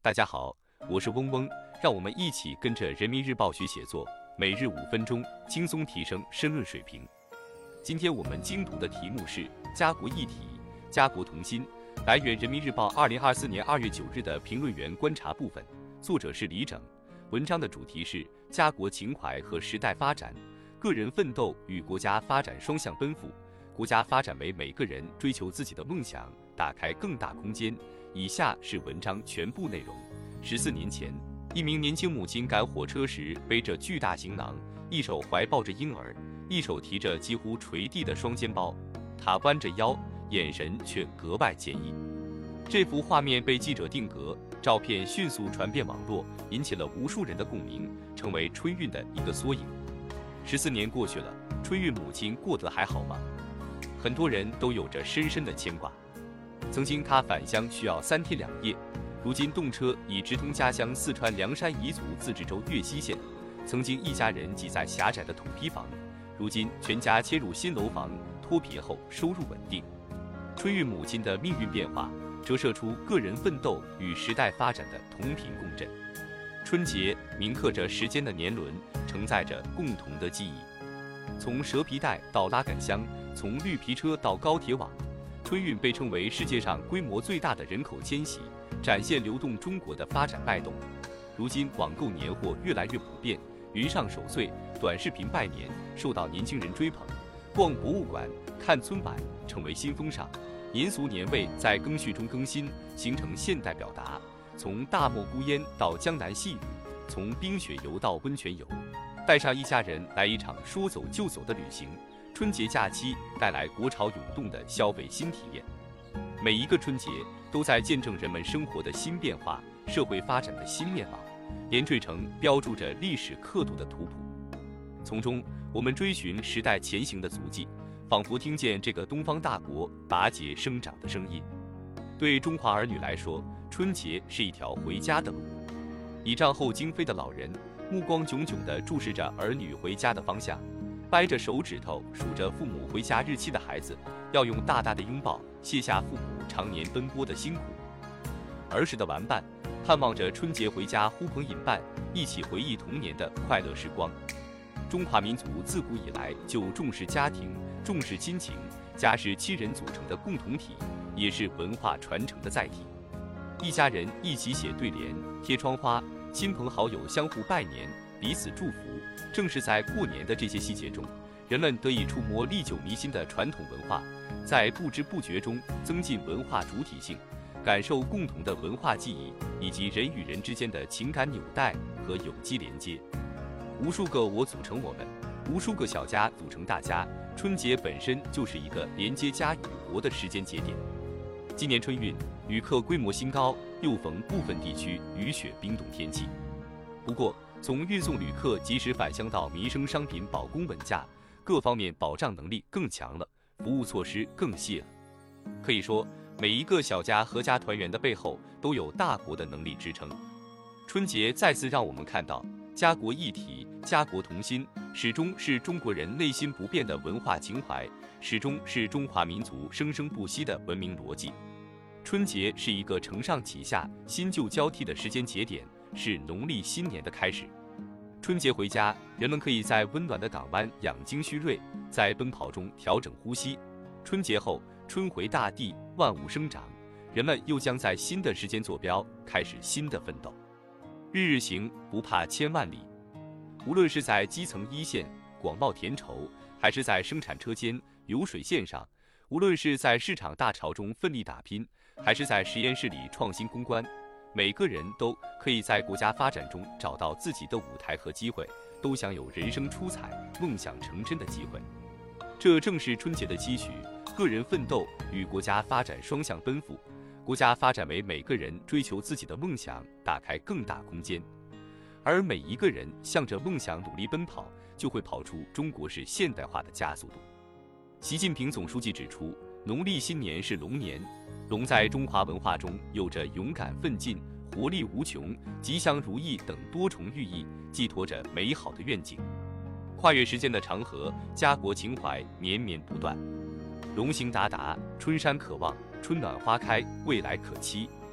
大家好，我是嗡嗡，让我们一起跟着人民日报学写作，每日5分钟，轻松提升申论水平。今天我们精读的题目是家国一体，家国同心。来源人民日报2024年2月9日的评论员观察部分，作者是李整。文章的主题是家国情怀和时代发展，个人奋斗与国家发展双向奔赴。国家发展为每个人追求自己的梦想打开更大空间。以下是文章全部内容。14年前，一名年轻母亲赶火车时背着巨大行囊，一手怀抱着婴儿，一手提着几乎垂地的双肩包，她弯着腰，眼神却格外坚毅。这幅画面被记者定格，照片迅速传遍网络，引起了无数人的共鸣，成为春运的一个缩影。14年过去了，春运母亲过得还好吗？很多人都有着深深的牵挂。曾经他返乡需要3天2夜，如今动车已直通家乡四川凉山彝族自治州岳西县。曾经一家人挤在狭窄的土坯房，如今全家迁入新楼房，脱贫后收入稳定。春运母亲的命运变化，折射出个人奋斗与时代发展的同频共振。春节铭刻着时间的年轮，承载着共同的记忆。从蛇皮袋到拉杆箱，从绿皮车到高铁网，春运被称为世界上规模最大的人口迁徙，展现流动中国的发展脉动。如今网购年货越来越普遍，云上守岁、短视频拜年受到年轻人追捧，逛博物馆、看春晚成为新风尚。民俗年味在更序中更新，形成现代表达。从大漠孤烟到江南细雨，从冰雪游到温泉游，带上一家人来一场说走就走的旅行。春节假期带来国潮涌动的消费新体验。每一个春节都在见证人们生活的新变化，社会发展的新面貌，连缀成标注着历史刻度的图谱。从中我们追寻时代前行的足迹，仿佛听见这个东方大国拔节生长的声音。对中华儿女来说，春节是一条回家的路。倚杖后惊飞的老人，目光炯炯地注视着儿女回家的方向。掰着手指头数着父母回家日期的孩子，要用大大的拥抱卸下父母常年奔波的辛苦。儿时的玩伴盼望着春节回家呼朋引伴，一起回忆童年的快乐时光。中华民族自古以来就重视家庭，重视亲情，家是7人组成的共同体，也是文化传承的载体。一家人一起写对联、贴窗花，亲朋好友相互拜年，彼此祝福。正是在过年的这些细节中，人们得以触摸历久弥新的传统文化，在不知不觉中增进文化主体性，感受共同的文化记忆以及人与人之间的情感纽带和有机连接。无数个我组成我们，无数个小家组成大家。春节本身就是一个连接家与国的时间节点。今年春运旅客规模新高，又逢部分地区雨雪冰冻天气。不过从运送旅客及时返乡到民生商品保供稳价，各方面保障能力更强了，服务措施更细了。可以说，每一个小家合家团圆的背后，都有大国的能力支撑。春节再次让我们看到，家国一体、家国同心，始终是中国人内心不变的文化情怀，始终是中华民族生生不息的文明逻辑。春节是一个承上启下、新旧交替的时间节点，是农历新年的开始。春节回家，人们可以在温暖的港湾养精蓄锐，在奔跑中调整呼吸。春节后，春回大地，万物生长，人们又将在新的时间坐标开始新的奋斗。日日行，不怕千万里。无论是在基层一线广袤田畴，还是在生产车间流水线上，无论是在市场大潮中奋力打拼，还是在实验室里创新攻关，每个人都可以在国家发展中找到自己的舞台和机会，都享有人生出彩、梦想成真的机会。这正是春节的期许，个人奋斗与国家发展双向奔赴。国家发展为每个人追求自己的梦想打开更大空间，而每一个人向着梦想努力奔跑，就会跑出中国式现代化的加速度。习近平总书记指出，农历新年是龙年，龙在中华文化中有着勇敢奋进、活力无穷、吉祥如意等多重寓意，寄托着美好的愿景。跨越时间的长河，家国情怀绵绵不断。龙行达达，春山可望，春暖花开，未来可期。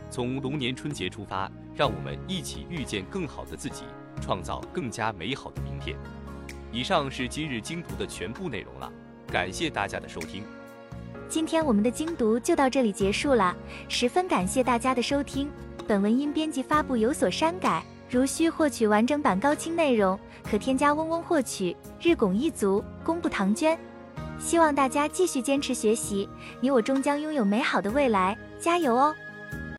从龙年春节出发，让我们一起遇见更好的自己，创造更加美好的明天。以上是今日精读的全部内容了，感谢大家的收听。 今天我们的精读就到这里结束了，十分感谢大家的收听。本文因编辑发布有所删改，如需获取完整版高清内容，可添加嗡嗡获取。日拱一卒，功不唐捐。希望大家继续坚持学习，你我终将拥有美好的未来，加油哦！